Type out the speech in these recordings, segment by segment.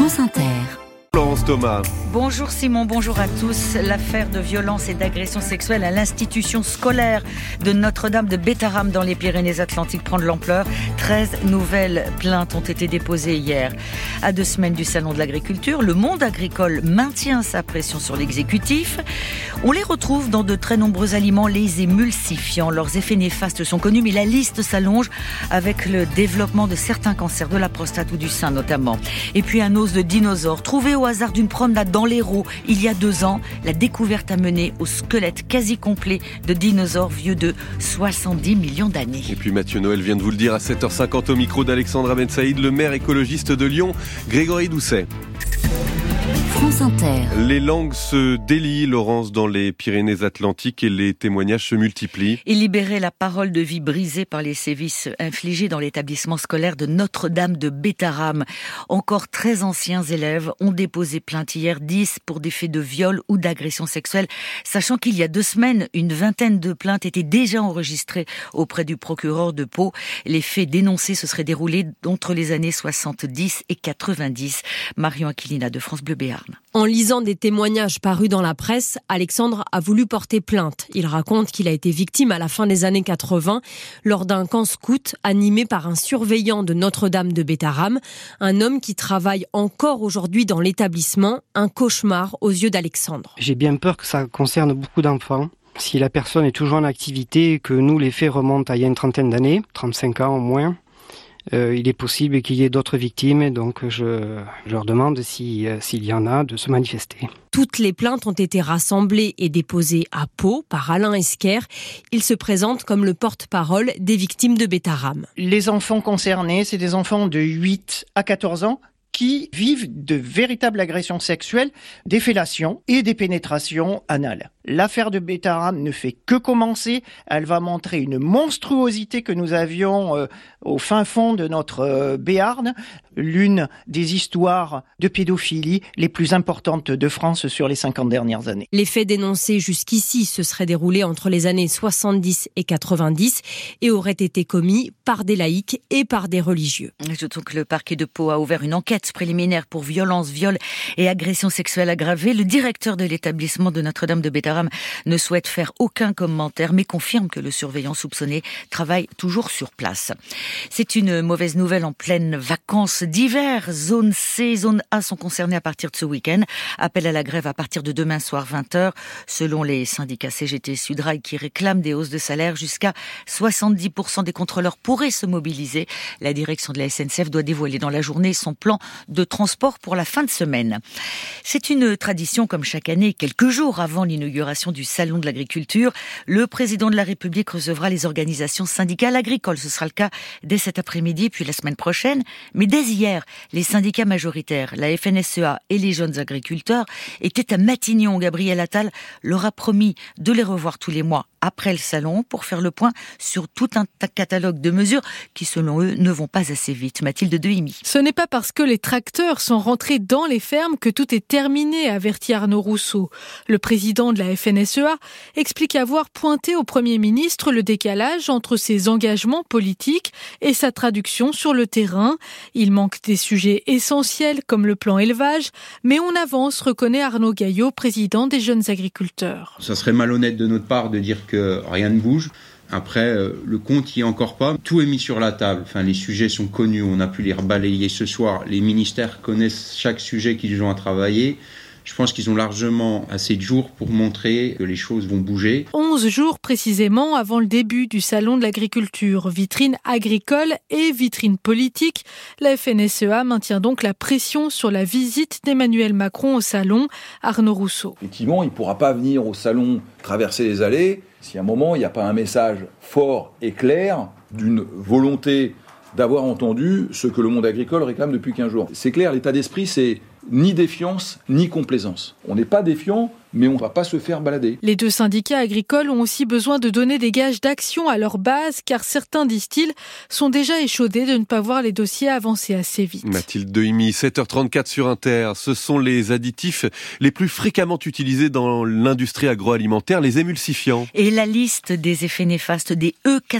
France Inter. Florence Thomas. Bonjour Simon, bonjour à tous. L'affaire de violence et d'agression sexuelle à l'institution scolaire de Notre-Dame de Bétharram dans les Pyrénées-Atlantiques prend de l'ampleur. 13 nouvelles plaintes ont été déposées hier. À 2 semaines du Salon de l'agriculture, le monde agricole maintient sa pression sur l'exécutif. On les retrouve dans de très nombreux aliments, les émulsifiants. Leurs effets néfastes sont connus, mais la liste s'allonge avec le développement de certains cancers de la prostate ou du sein notamment. Et puis un os de dinosaure trouvé au hasard d'une promenade dans l'Hérault il y a 2 ans. La découverte a mené au squelette quasi complet de dinosaures vieux de 70 millions d'années. Et puis Mathieu Noël vient de vous le dire à 7h50 au micro d'Alexandra Ben Saïd, le maire écologiste de Lyon, Grégory Doucet. France Inter. Les langues se délient, Laurence, dans les Pyrénées-Atlantiques et les témoignages se multiplient. Et libérer la parole de vie brisée par les sévices infligés dans l'établissement scolaire de Notre-Dame de Bétharram. Encore 13 anciens élèves ont déposé plainte hier, 10 pour des faits de viol ou d'agression sexuelle, sachant qu'il y a 2 semaines, une vingtaine de plaintes étaient déjà enregistrées auprès du procureur de Pau. Les faits dénoncés se seraient déroulés entre les années 70 et 90. Marion Aquilina de France Bleu Béarn. En lisant des témoignages parus dans la presse, Alexandre a voulu porter plainte. Il raconte qu'il a été victime à la fin des années 80 lors d'un camp scout animé par un surveillant de Notre-Dame de Bétharram, un homme qui travaille encore aujourd'hui dans l'établissement, un cauchemar aux yeux d'Alexandre. J'ai bien peur que ça concerne beaucoup d'enfants. Si la personne est toujours en activité et que nous, les faits remontent à il y a une trentaine d'années, 35 ans au moins, il est possible qu'il y ait d'autres victimes, donc je leur demande s'il y en a de se manifester. Toutes les plaintes ont été rassemblées et déposées à Pau par Alain Esquer. Il se présente comme le porte-parole des victimes de Bétharram. Les enfants concernés, c'est des enfants de 8 à 14 ans qui vivent de véritables agressions sexuelles, des fellations et des pénétrations anales. L'affaire de Bétharram ne fait que commencer. Elle va montrer une monstruosité que nous avions au fin fond de notre Béarn, l'une des histoires de pédophilie les plus importantes de France sur les 50 dernières années. Les faits dénoncés jusqu'ici se seraient déroulés entre les années 70 et 90 et auraient été commis par des laïcs et par des religieux. Ajoutons que le parquet de Pau a ouvert une enquête préliminaire pour violence, viol et agression sexuelle aggravée. Le directeur de l'établissement de Notre-Dame de Bétharram ne souhaite faire aucun commentaire, mais confirme que le surveillant soupçonné travaille toujours sur place. C'est une mauvaise nouvelle en pleine vacances d'hiver. Zone C, zone A sont concernées à partir de ce week-end. Appel à la grève à partir de demain soir 20h, selon les syndicats CGT Sudrail qui réclament des hausses de salaire. Jusqu'à 70% des contrôleurs pourraient se mobiliser. La direction de la SNCF doit dévoiler dans la journée son plan de transport pour la fin de semaine. C'est une tradition, comme chaque année, quelques jours avant l'inauguration du Salon de l'agriculture, le président de la République recevra les organisations syndicales agricoles. Ce sera le cas dès cet après-midi, puis la semaine prochaine. Mais dès hier, les syndicats majoritaires, la FNSEA et les jeunes agriculteurs, étaient à Matignon. Gabriel Attal leur a promis de les revoir tous les mois après le salon pour faire le point sur tout un catalogue de mesures qui, selon eux, ne vont pas assez vite. Mathilde Dehimi. Ce n'est pas parce que les tracteurs sont rentrés dans les fermes que tout est terminé, avertit Arnaud Rousseau. Le président de la FNSEA explique avoir pointé au Premier ministre le décalage entre ses engagements politiques et sa traduction sur le terrain. Il manque des sujets essentiels comme le plan élevage, mais on avance, reconnaît Arnaud Gaillot, président des jeunes agriculteurs. Ça serait malhonnête de notre part de dire que rien ne bouge. Après, le compte n'y est encore pas. Tout est mis sur la table. Enfin, les sujets sont connus. On a pu les rebalayer ce soir. Les ministères connaissent chaque sujet qu'ils ont à travailler. Je pense qu'ils ont largement assez de jours pour montrer que les choses vont bouger. 11 jours précisément avant le début du Salon de l'agriculture. Vitrine agricole et vitrine politique. La FNSEA maintient donc la pression sur la visite d'Emmanuel Macron au Salon. Arnaud Rousseau. Effectivement, il ne pourra pas venir au Salon traverser les allées si à un moment il n'y a pas un message fort et clair d'une volonté d'avoir entendu ce que le monde agricole réclame depuis 15 jours. C'est clair, l'état d'esprit, c'est ni défiance, ni complaisance. On n'est pas défiant, mais on ne va pas se faire balader. Les deux syndicats agricoles ont aussi besoin de donner des gages d'action à leur base, car certains, disent-ils, sont déjà échaudés de ne pas voir les dossiers avancer assez vite. Mathilde Dehimi, 7h34 sur Inter. Ce sont les additifs les plus fréquemment utilisés dans l'industrie agroalimentaire, les émulsifiants. Et la liste des effets néfastes des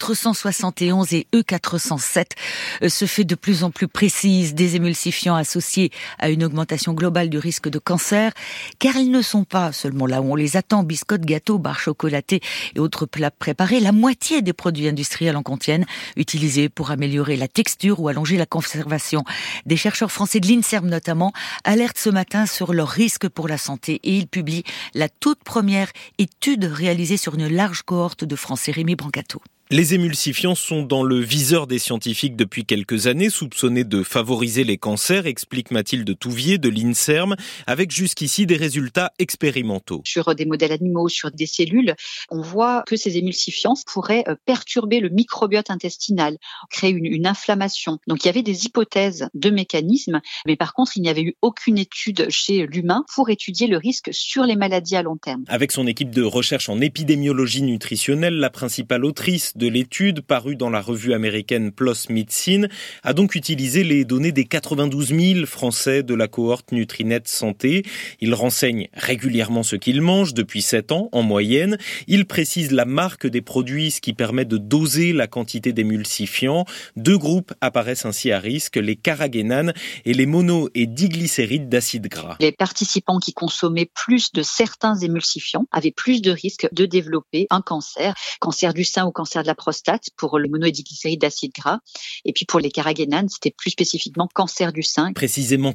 E471 et E407 se fait de plus en plus précise. Des émulsifiants associés à une augmentation globale du risque de cancer, car ils ne sont pas seulement là où on les attend, biscottes, gâteaux, barres chocolatées et autres plats préparés. La moitié des produits industriels en contiennent, utilisés pour améliorer la texture ou allonger la conservation. Des chercheurs français de l'INSERM notamment alertent ce matin sur leurs risques pour la santé et ils publient la toute première étude réalisée sur une large cohorte de Français. Rémi Brancato. Les émulsifiants sont dans le viseur des scientifiques depuis quelques années, soupçonnés de favoriser les cancers, explique Mathilde Touvier de l'INSERM, avec jusqu'ici des résultats expérimentaux. Sur des modèles animaux, sur des cellules, on voit que ces émulsifiants pourraient perturber le microbiote intestinal, créer une inflammation. Donc il y avait des hypothèses de mécanismes, mais par contre il n'y avait eu aucune étude chez l'humain pour étudier le risque sur les maladies à long terme. Avec son équipe de recherche en épidémiologie nutritionnelle, la principale autrice de l'étude, parue dans la revue américaine PLOS Medicine, a donc utilisé les données des 92 000 Français de la cohorte Nutrinet Santé. Il renseigne régulièrement ce qu'ils mangent depuis 7 ans en moyenne. Il précise la marque des produits, ce qui permet de doser la quantité d'émulsifiants. 2 groupes apparaissent ainsi à risque, les carragénanes et les mono- et diglycérides d'acide gras. Les participants qui consommaient plus de certains émulsifiants avaient plus de risques de développer un cancer du sein ou cancer de la prostate pour le mono- et diglycéride d'acide gras. Et puis pour les carragénanes, c'était plus spécifiquement cancer du sein. Précisément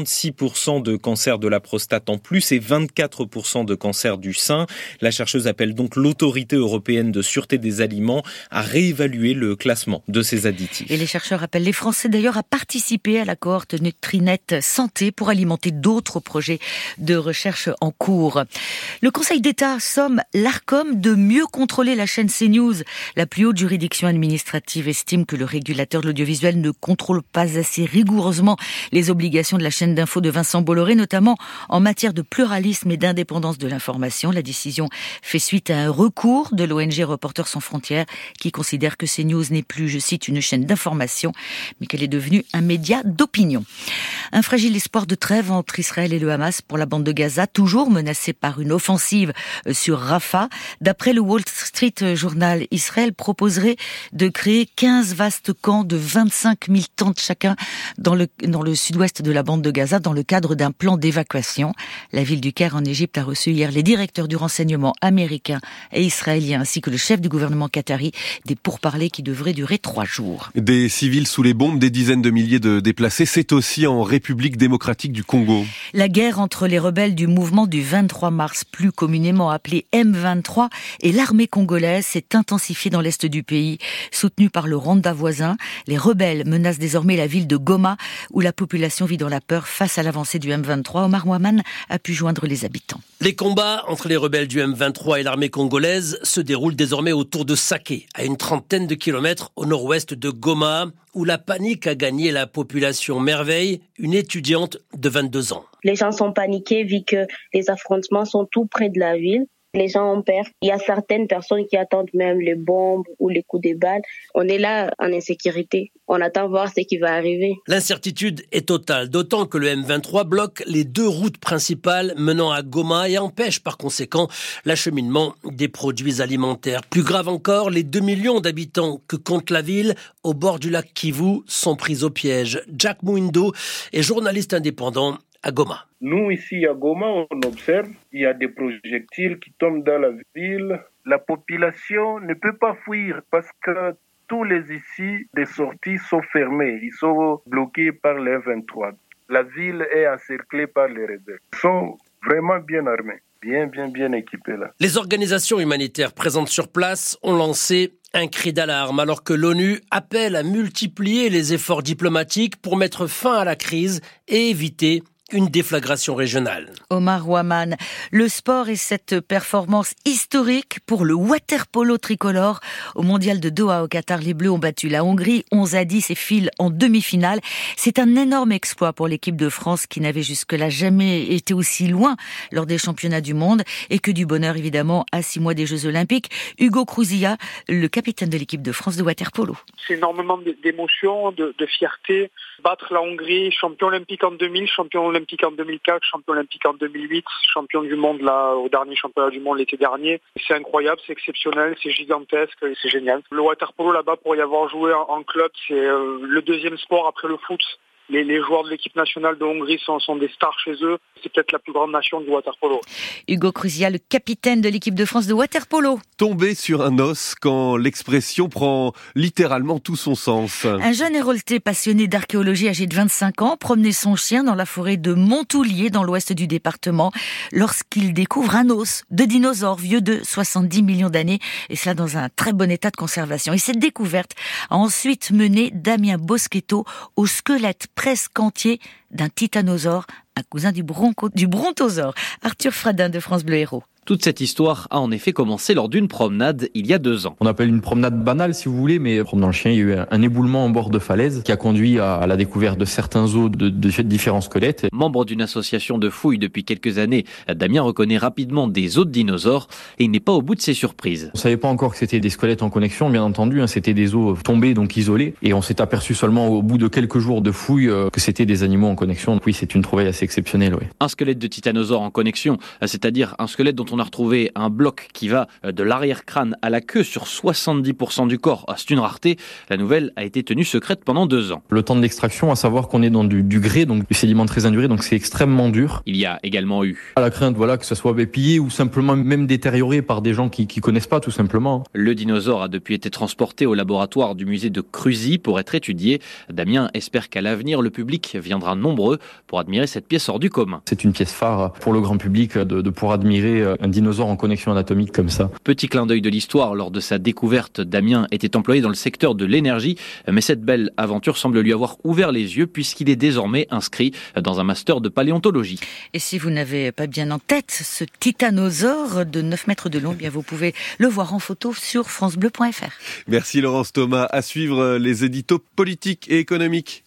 46% de cancer de la prostate en plus et 24% de cancer du sein. La chercheuse appelle donc l'Autorité européenne de sûreté des aliments à réévaluer le classement de ces additifs. Et les chercheurs appellent les Français d'ailleurs à participer à la cohorte Nutrinet Santé pour alimenter d'autres projets de recherche en cours. Le Conseil d'État somme l'Arcom de mieux contrôler la chaîne CNews. La plus haute juridiction administrative estime que le régulateur de l'audiovisuel ne contrôle pas assez rigoureusement les obligations de la chaîne d'info de Vincent Bolloré, notamment en matière de pluralisme et d'indépendance de l'information. La décision fait suite à un recours de l'ONG Reporters sans frontières qui considère que CNews n'est plus, je cite, une chaîne d'information, mais qu'elle est devenue un média d'opinion. Un fragile espoir de trêve entre Israël et le Hamas pour la bande de Gaza, toujours menacée par une offensive sur Rafah. D'après le Wall Street Journal, Israël proposerait de créer 15 vastes camps de 25 000 tentes chacun dans le sud-ouest de la bande de Gaza dans le cadre d'un plan d'évacuation. La ville du Caire en Égypte a reçu hier les directeurs du renseignement américain et israélien ainsi que le chef du gouvernement qatari, des pourparlers qui devraient durer 3 jours. Des civils sous les bombes, des dizaines de milliers de déplacés, c'est aussi en République démocratique du Congo. La guerre entre les rebelles du mouvement du 23 mars, plus communément appelé M23, et l'armée congolaise s'est intensifiée dans l'est du pays. Soutenue par le Rwanda voisin, les rebelles menacent désormais la ville de Goma, où la population vit dans la peur face à l'avancée du M23. Omar Ouaman a pu joindre les habitants. Les combats entre les rebelles du M23 et l'armée congolaise se déroulent désormais autour de Saké, à une trentaine de kilomètres au nord-ouest de Goma, où la panique a gagné la population. Merveille, une étudiante de 22 ans. Les gens sont paniqués vu que les affrontements sont tout près de la ville. Les gens ont peur. Il y a certaines personnes qui attendent même les bombes ou les coups de balles. On est là en insécurité. On attend voir ce qui va arriver. L'incertitude est totale, d'autant que le M23 bloque les 2 routes principales menant à Goma et empêche par conséquent l'acheminement des produits alimentaires. Plus grave encore, les 2 millions d'habitants que compte la ville au bord du lac Kivu sont pris au piège. Jack Mouindo est journaliste indépendant à Goma. Nous, ici à Goma, on observe, il y a des projectiles qui tombent dans la ville. La population ne peut pas fuir parce que tous les ici des sorties sont fermées. Ils sont bloqués par les 23. La ville est encerclée par les rebelles. Ils sont vraiment bien armés, bien équipés là. Les organisations humanitaires présentes sur place ont lancé un cri d'alarme alors que l'ONU appelle à multiplier les efforts diplomatiques pour mettre fin à la crise et éviter une déflagration régionale. Omar Ouaman, le sport et cette performance historique pour le water-polo tricolore. Au mondial de Doha au Qatar, les Bleus ont battu la Hongrie 11-10 et filent en demi-finale. C'est un énorme exploit pour l'équipe de France qui n'avait jusque-là jamais été aussi loin lors des championnats du monde et que du bonheur évidemment à 6 mois des Jeux Olympiques. Hugo Crouzilla, le capitaine de l'équipe de France de water-polo. C'est énormément d'émotions, de fierté. Battre la Hongrie, champion olympique en 2000, champion olympique en 2004, champion olympique en 2008, champion du monde là au dernier championnat du monde l'été dernier. C'est incroyable, c'est exceptionnel, c'est gigantesque et c'est génial. Le water-polo là-bas, pour y avoir joué en club, c'est le deuxième sport après le foot. Les joueurs de l'équipe nationale de Hongrie sont des stars chez eux. C'est peut-être la plus grande nation du water-polo. Hugo Crouzilla, le capitaine de l'équipe de France de water-polo. Tomber sur un os quand l'expression prend littéralement tout son sens. Un jeune héroltais passionné d'archéologie âgé de 25 ans promenait son chien dans la forêt de Montoulier dans l'ouest du département lorsqu'il découvre un os de dinosaure vieux de 70 millions d'années et cela dans un très bon état de conservation. Et cette découverte a ensuite mené Damien Boschetto au squelette presque entier d'un titanosaure, un cousin du brontosaure. Arthur Fradin de France Bleu Héros. Toute cette histoire a en effet commencé lors d'une promenade il y a 2 ans. On appelle une promenade banale si vous voulez, mais promenant le chien, il y a eu un éboulement en bord de falaise qui a conduit à la découverte de certains os de différents squelettes. Membre d'une association de fouilles depuis quelques années, Damien reconnaît rapidement des os de dinosaures et il n'est pas au bout de ses surprises. On savait pas encore que c'était des squelettes en connexion, bien entendu, c'était des os tombés, donc isolés, et on s'est aperçu seulement au bout de quelques jours de fouilles que c'était des animaux en connexion. Donc oui, c'est une trouvaille assez exceptionnelle. Oui. Un squelette de titanosaure en connexion, c'est-à-dire un squelette dont on a retrouvé un bloc qui va de l'arrière-crâne à la queue sur 70% du corps. C'est une rareté. La nouvelle a été tenue secrète pendant 2 ans. Le temps de l'extraction, à savoir qu'on est dans du grès, donc du sédiment très induré, donc c'est extrêmement dur. Il y a également eu à la crainte, que ce soit pillé ou simplement même détérioré par des gens qui connaissent pas, tout simplement. Le dinosaure a depuis été transporté au laboratoire du musée de Cruzy pour être étudié. Damien espère qu'à l'avenir, le public viendra nombreux pour admirer cette pièce hors du commun. C'est une pièce phare pour le grand public de pouvoir admirer un dinosaure en connexion anatomique comme ça. Petit clin d'œil de l'histoire, lors de sa découverte, Damien était employé dans le secteur de l'énergie, mais cette belle aventure semble lui avoir ouvert les yeux puisqu'il est désormais inscrit dans un master de paléontologie. Et si vous n'avez pas bien en tête ce titanosaure de 9 mètres de long, bien vous pouvez le voir en photo sur francebleu.fr. Merci Laurence Thomas. À suivre les éditos politiques et économiques.